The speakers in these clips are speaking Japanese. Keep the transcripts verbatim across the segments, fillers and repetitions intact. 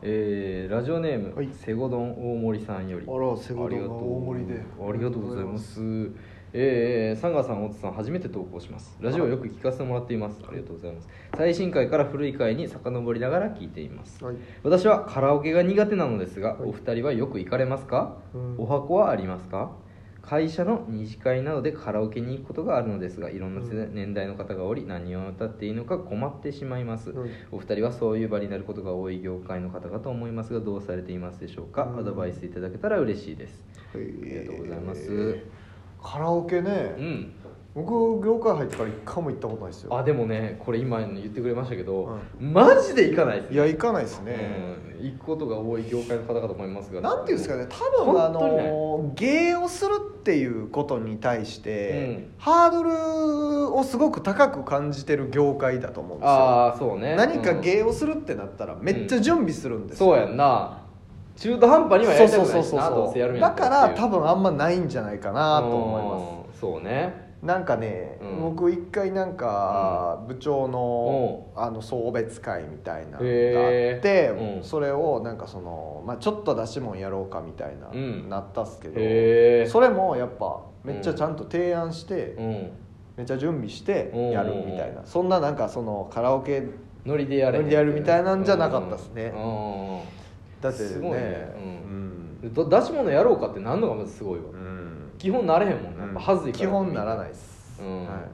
えー、ラジオネーム、 はい、 セゴドン大森さんより。 あら、セゴドンが大森でありがとうございます。えー、サンガさん、大津さん、初めて投稿します。ラジオをよく聞かせてもらっています。ありがとうございます。最新回から古い回に遡りながら聞いています、はい、私はカラオケが苦手なのですが、はい、お二人はよく行かれますか、うん、お箱はありますか？会社の二次会などでカラオケに行くことがあるのですが、いろんな年代の方がおり、何を歌っていいのか困ってしまいます、うん、お二人はそういう場になることが多い業界の方かと思いますが、どうされていますでしょうか、うん、アドバイスいただけたら嬉しいです、はい、ありがとうございます。 カラオケね、うん、僕業界入ってから一回も行ったことないですよ。 あ、でもね、これ今言ってくれましたけど、うん、マジで行かないですね。 いや、行かないですね、 うん、行くことが多い業界の方かと思いますが、 なんていうんですかね、多分あの芸をするっていうことに対して、うん、ハードルをすごく高く感じてる業界だと思うんですよ。 ああ、そうね。 何か芸をするってなったらめっちゃ準備するんですよ、 うん、そうやんな。中途半端にはやりたくないしな、どうせやるんやだから多分あんまないんじゃないかなと思います。 そうね。 なんかね、うん、僕一回なんか部長の、うん、あの送別会みたいなのがあって、うん、それをなんかその、まあ、ちょっと出し物やろうかみたいな、うん、なったっすけど、それもやっぱめっちゃちゃんと提案して、うん、めっちゃ準備してやるみたいな、そんななんかそのカラオケノリでやるノリでやるみたいなんじゃなかったっすね。だってね、 すごいね、うん、出し物やろうかってなんのがまずすごいわ、うん、基本なれへんもんね、やっぱはずいから、 基本ならないっす、うんはい、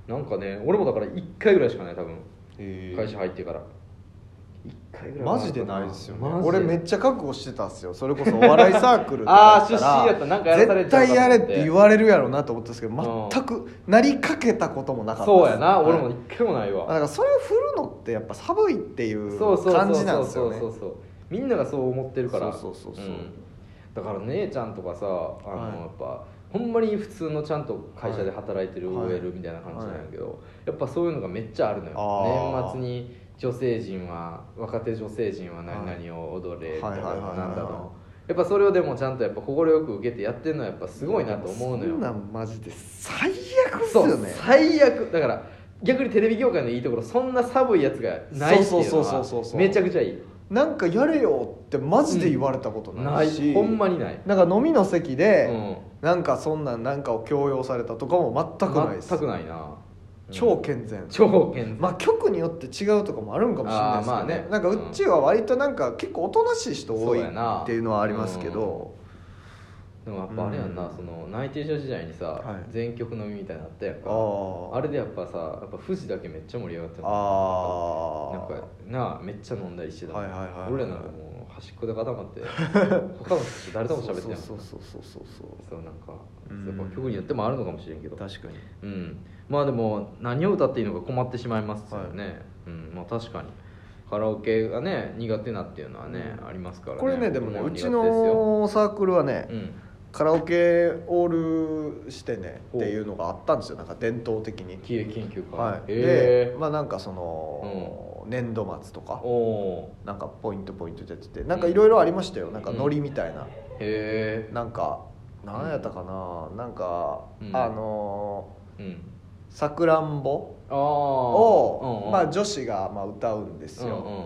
なんかね、俺もだからいっかいぐらいしかない多分、会社入ってからいっかいぐらいマジでないですよね。俺めっちゃ覚悟してたっすよ。それこそお笑いサークルとかだったらあー出身やったらなんかやらされちゃうかと思って、 絶対やれって言われるやろうなと思ったんですけど、全くなりかけたこともなかったです。 そうやな、俺もいっかいもないわ。 だからそれを振るのってやっぱ寒いっていう感じなんですよね。 そうそうそうそうそう、みんながそう思ってるから。そうそうそうそう、うん、だから姉ちゃんとかさ、あの、はい、やっぱほんまに普通のちゃんと会社で働いてる オーエル みたいな感じなんやけど、はいはい、やっぱそういうのがめっちゃあるのよ。年末に女性陣は若手女性陣は何々を踊れとかなんだと、やっぱそれをでもちゃんとやっぱ快く受けてやってるのはやっぱすごいなと思うのよ。 そんなんマジで最悪っすよね。そう最悪だから、逆にテレビ業界のいいところ、そんな寒いやつがないっていうのはめちゃくちゃいい。 なんかやれよってマジで言われたことないし、 うん、ないほんまにない。 なんか飲みの席で、うん、なんかそんなんなんかを強要されたとかも全くないです。 全くないな、うん、 超健全。 超健全。 まあ局によって違うとかもあるんかもしれないですけど、ね、まあね、なんかうちは割となんか結構おとなしい人多いっていうのはありますけど、 でもやっぱあれやんな、うん、その内定者時代にさ、はい、全曲飲みみたいなのあったやんか。 あ, あれでやっぱさ、やっぱ富士だけめっちゃ盛り上がってた。あなんかなあ、めっちゃ飲んだりしてた、はいはいはいはい、俺らなんかもう端っこで固まって他の人誰とも喋ってない。 そうそうそうそうそうそうなんか、やっぱ曲によってもあるのかもしれんけど、 確かに、 うん、まあでも何を歌っていいのか困ってしまいますよね、はい、うん、まあ確かにカラオケがね苦手なっていうのはね、うん、ありますからね。 これね、でもね、うちのサークルはね、うん、カラオケオールしてねっていうのがあったんですよ。なんか伝統的に経営研究会、 はい、でまあなんかその、うん、年度末とかなんかポイントポイントでやってて、なんかいろいろありましたよ。なんかノリみたいな、うん、へなんか何やったかな、なんか、うん、あのさくらんぼを、うんうん、まあ、女子がまあ歌うんですよ、うんうんうん、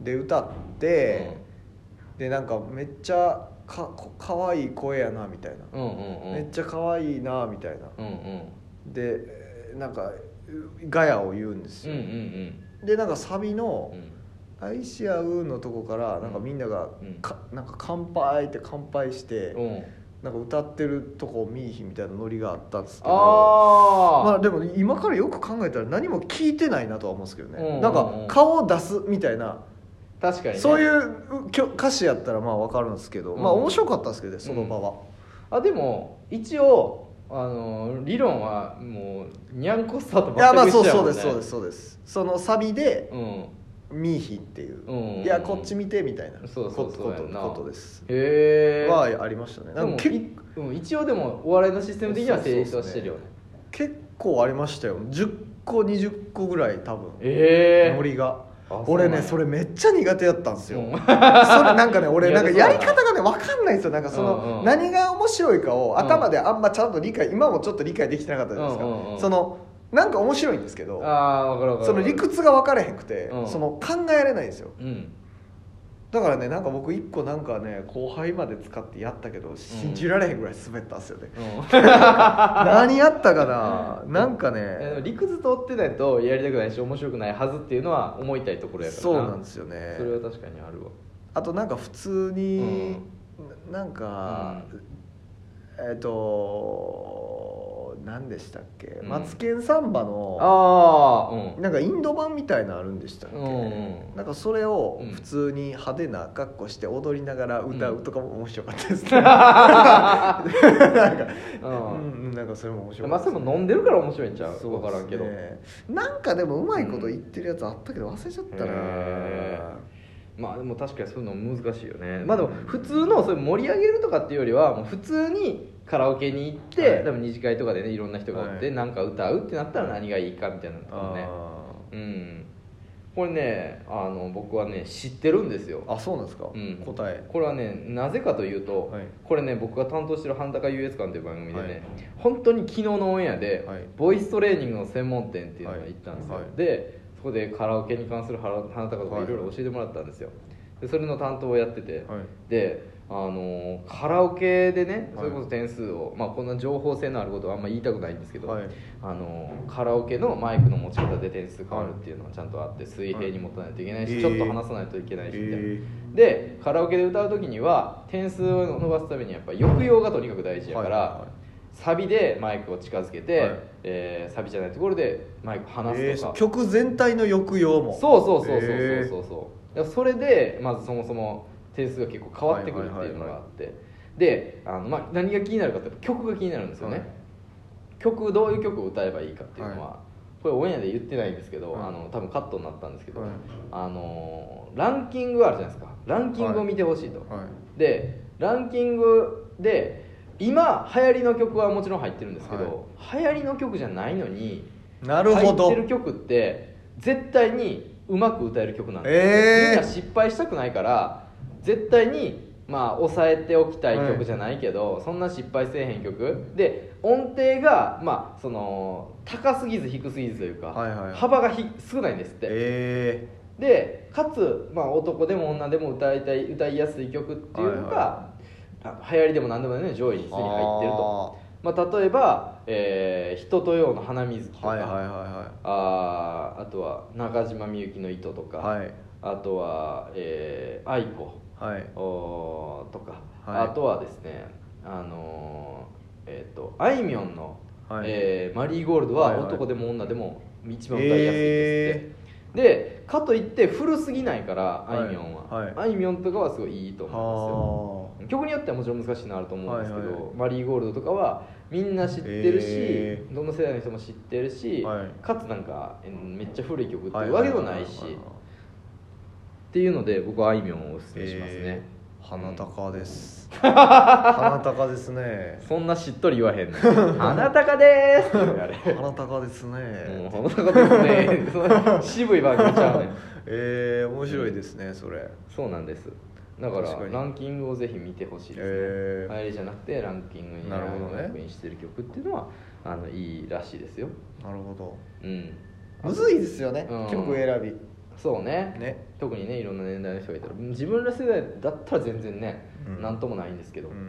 で歌って、うん、でなんかめっちゃか, かわいい声やなみたいな、うんうんうん、めっちゃかわいいなみたいな、うんうん、でなんかガヤを言うんですよ、うんうんうん、でなんかサビの「愛し合う」のとこからなんかみんなが、うん、かなんか乾杯って乾杯して、うん、なんか歌ってるとこ見いひんみたいなノリがあったんですけど、あ、まあでも今からよく考えたら何も聞いてないなとは思うんですけどね、うんうんうん、なんか顔を出すみたいな、 確かにね、 そういう歌詞やったらまあ分かるんですけど、うん、まあ面白かったですけどね、その場は、 うん、あでも一応あの理論はもうニャンコスターと全く一緒やもんね。いやまあそうそうですそうですそうです。そのサビで、うん、ミーヒっていう、うんうんうん、いやこっち見てみたいなそうそうそうやなことです。 へえ。 はありましたね。 でも結構一応でもお笑いのシステム的には成立はしてるよね。 結構ありましたよ。じゅっこにじゅっこぐらい多分。 ええ。 ノリが。俺ねそれめっちゃ苦手だったんですよ、うん、それなんかね俺なんかやり方がね分かんないんですよ。なんかその、うんうん、何が面白いかを頭であんまちゃんと理解、今もちょっと理解できてなかったじゃないですか、うんうんうん、そのなんか面白いんですけど、 あ分かる分かる、 その理屈が分からへんくて、うん、その考えられないんですよ、うん、 だからねなんか僕一個なんかね後輩まで使ってやったけど信じられへんぐらい滑ったんですよね、うん、何やったかななんかね理屈通ってないとやりたくないし面白くないはずっていうのは思いたいところやからな。 そうなんですよね。 それは確かにあるわ。 あとなんか普通に、うん、なんか、うん、えっ、ー、と何でしたっけ、うん、マツケンサンバのあ、うん、なんかインド版みたいなのあるんでしたっけ、うん、なんかそれを普通に派手な格好して踊りながら歌うとかも面白かったですね、うん、なんか、うん、なんかそれも面白かったです、ね、 まあそれも飲んでるから面白いんちゃう、分からんけど、 なんかでもうまいこと言ってるやつあったけど忘れちゃったな、 まあでも確かにそういうの難しいよね。まあでも普通のそういう盛り上げるとかっていうよりはもう普通にカラオケに行って、はい、多分二次会とかでねいろんな人がおって何、はい、か歌うってなったら何がいいかみたいなのとかね、うん、これねあの僕はね知ってるんですよ。 あ、そうなんですか、うん、答えこれはねなぜかというと、はい、これね僕が担当してる半高優越館という番組でね、はい、本当に昨日のオンエアで、はい、ボイストレーニングの専門店っていうのが行ったんですよ、はいはい、でそこでカラオケに関する花高とかいろいろ教えてもらったんですよ。でそれの担当をやってて、はい、であのカラオケでねそれこそ点数を、はい、まあ、こんな情報性のあることはあんま言いたくないんですけど、はい、あのカラオケのマイクの持ち方で点数変わるっていうのはちゃんとあって水平に持たないといけないし、はい、ちょっと離さないといけないしみたいな、えー、でカラオケで歌う時には点数を伸ばすためにやっぱり抑揚がとにかく大事やから、はいはいはい、サビでマイクを近づけて、はい、えー、サビじゃないところでマイクを離すとか、 えー、曲全体の抑揚もそうそうそうそうそうそうそう、えー、それでまずそもそも点数が結構変わってくるっていうのがあって、はいはいはいはい、であの、まあ、何が気になるかって曲が気になるんですよね、はい、曲どういう曲を歌えばいいかっていうのは、はい、これオンエアで言ってないんですけど、はい、あの多分カットになったんですけど、はい、あのランキングあるじゃないですか。ランキングを見てほしいと、はいはい、でランキングで今流行りの曲はもちろん入ってるんですけど、はい、流行りの曲じゃないのになるほど入ってる曲って絶対にうまく歌える曲なんですよ、えー、みんな失敗したくないから絶対にまあ抑えておきたい曲じゃないけど、はい、そんな失敗せえへん曲で音程がまあその高すぎず低すぎずというか、はいはいはい、幅がひ少ないんですって、えー、でかつ、まあ、男でも女でも歌いたい歌いやすい曲っていうのが、はいはい、流行りでも何でもね上位にすでに入ってると。まあ、例えば、えー、人とようの花水木とか、はいはいはいはい、あ, あとは中島みゆきの糸とか、はい、あとは、えー、愛子、はい、おとか、はい、あとはですねあのー、えーとあいみょんの、はい、えー、マリーゴールドは男でも女でも一番歌いやすいですって、えー、でかといって古すぎないからあいみょんは、はいはい、あいみょんとかはすごいいいと思うんですよ。曲によってはもちろん難しいのあると思うんですけど、はいはい、マリーゴールドとかはみんな知ってるし、えー、どの世代の人も知ってるし、はい、かつなんかめっちゃ古い曲っていうわけでもないし、っていうので僕はあいみょんをおすすめしますね、えー、鼻高です鼻高ですね。 そんなしっとり言わへんの鼻高でーすってあれ鼻高ですね、 うん、鼻高ですね渋い番組ちゃうねんえー、面白いですね、うん、それそうなんです。だからランキングをぜひ見てほしいですね、えー、流行りじゃなくてランキングにランクインしてる曲っていうのはあのいいらしいですよ。 なるほど、 うん、 むずいですよね、うん、曲選び。 そうね、ね、特にねいろんな年代の人がいたら自分ら世代だったら全然ね、うん、なんともないんですけど、うんうん、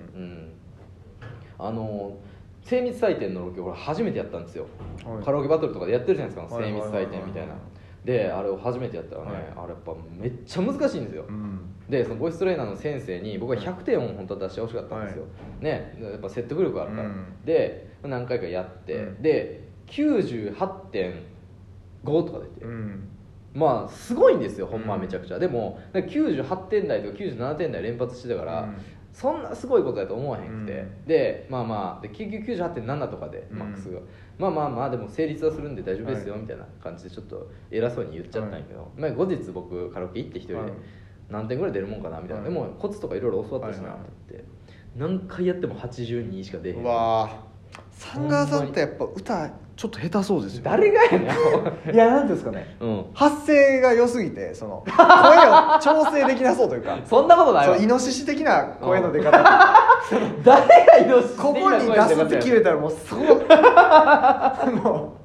あの精密採点のロケを初めてやったんですよ、はい、カラオケバトルとかでやってるじゃないですか、精密採点みたいなで、あれを初めてやったらね、はい、あれやっぱめっちゃ難しいんですよ、うん、でそのボイストレーナーの先生に僕はひゃくてんを本当は出してほしかったんですよ、はい、ね、やっぱ説得力あるから、うん、で何回かやって、うん、できゅうじゅうはってんごとか出て、うん、まあすごいんですよほんまめちゃくちゃ、うん、でもきゅうじゅうはってん台とかきゅうじゅうななてん台連発してたから、うん、そんなすごいことだと思わへんくて、うん、でまあまあできゅうじゅうはってんななとかでマックスが、うん、まあまあまあでも成立はするんで大丈夫ですよみたいな感じでちょっと偉そうに言っちゃったんやけど、はい、まあ、後日僕カラオケ行って一人で何点ぐらい出るもんかなみたいな、はい、でもコツとかいろいろ教わったしなと思って、はいはい、何回やってもはちじゅうにしか出へん。 うわサンガーさんってやっぱ歌ちょっと下手そうですよ。 誰がやねんいやなんていうんですかね、うん、発声が良すぎてその声を調整できなそうというかそんなことないわ。 イノシシ的な声の出方誰がイノシシ的な声ここに出すって決めたらもうそうもう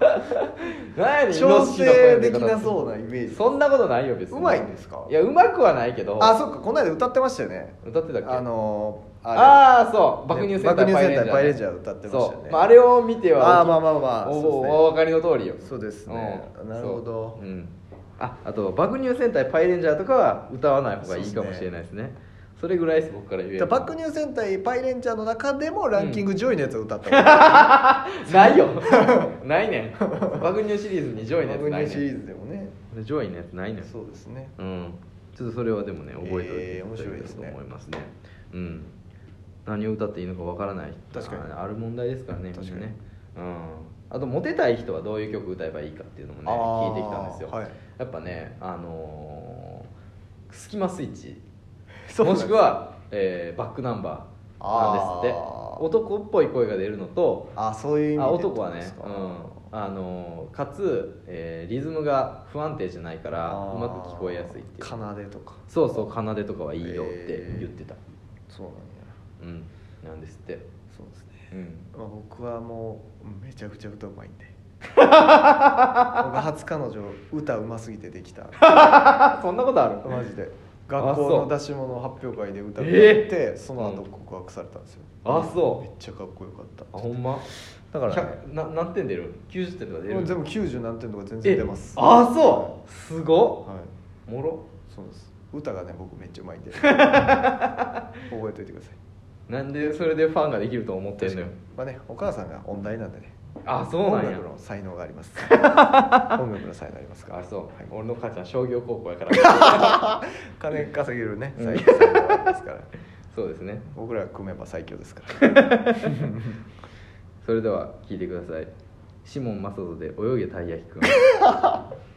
何やねん調整できなそうなイメージ。 そんなことないよ別に。 うまいんですか？ いやうまくはないけど。 あ、そっか、この間歌ってましたよね。 歌ってたっけ？ あのー、 ああそう爆乳戦隊パイレンジャー、 パイレンジャー歌ってましたよね。 そう、まあ、あれを見てはあまあまあまあ、 お、お、お分かりの通りよ。 そうですね、なるほど。 う、うん、ああと爆乳戦隊パイレンジャーとかは歌わない方がいいかもしれないですね。それぐらいです僕から言える。 爆乳戦隊パイレンジャーの中でもランキング上位のやつを歌った、 うん、ないよないねん。爆乳シリーズに上位のやつないねん。 爆乳シリーズでもね上位のやつないねん。 そうですね、 うん、ちょっとそれはでもね覚えておいて、 えー、面白いですねと思いますね。うん、何を歌っていいのかわからない。 確かにある問題ですからね。 確かにね、うん、あとモテたい人はどういう曲歌えばいいかっていうのもね聞いてきたんですよ、はい、やっぱねあのー、スキマスイッチもしくは、えー、バックナンバーなんですって。男っぽい声が出るのと、 あそういう意味であ男はね、うん、あのー、かつ、えー、リズムが不安定じゃないからうまく聞こえやすいっていう。 奏でとかそうそう奏でとかはいいよって言ってた、 えー、そうなんや、 うん、なんですって。 そうですね、 うん、 まあ、僕はもうめちゃくちゃ歌うまいんで僕初彼女歌うますぎてできたそんなことある？ マジで学校の出し物発表会で歌って、えー、その後告白されたんですよ。 あ、そう。 めっちゃかっこよかった。 あ、ほんま？ だから、ね、 な何点出る？きゅうじゅってんとか出る？ でもきゅうじゅう何点とか全然出ます。 あ、そう。すごっ、はい、もろ。 そうです。歌がね僕めっちゃうまいんで覚えておいてください。 なんでそれでファンができると思ってんのよ。 まあね、お母さんが音大なんでね。 あ、そうなんや。 音楽の才能があります音楽の才能ありますから。 あ、そう、はい、俺の母ちゃん商業高校やから金稼げるね才能ありますからそうですね、 僕らが組めば最強ですからそれでは聴いてください。シモン・マサトで泳げたい焼きくん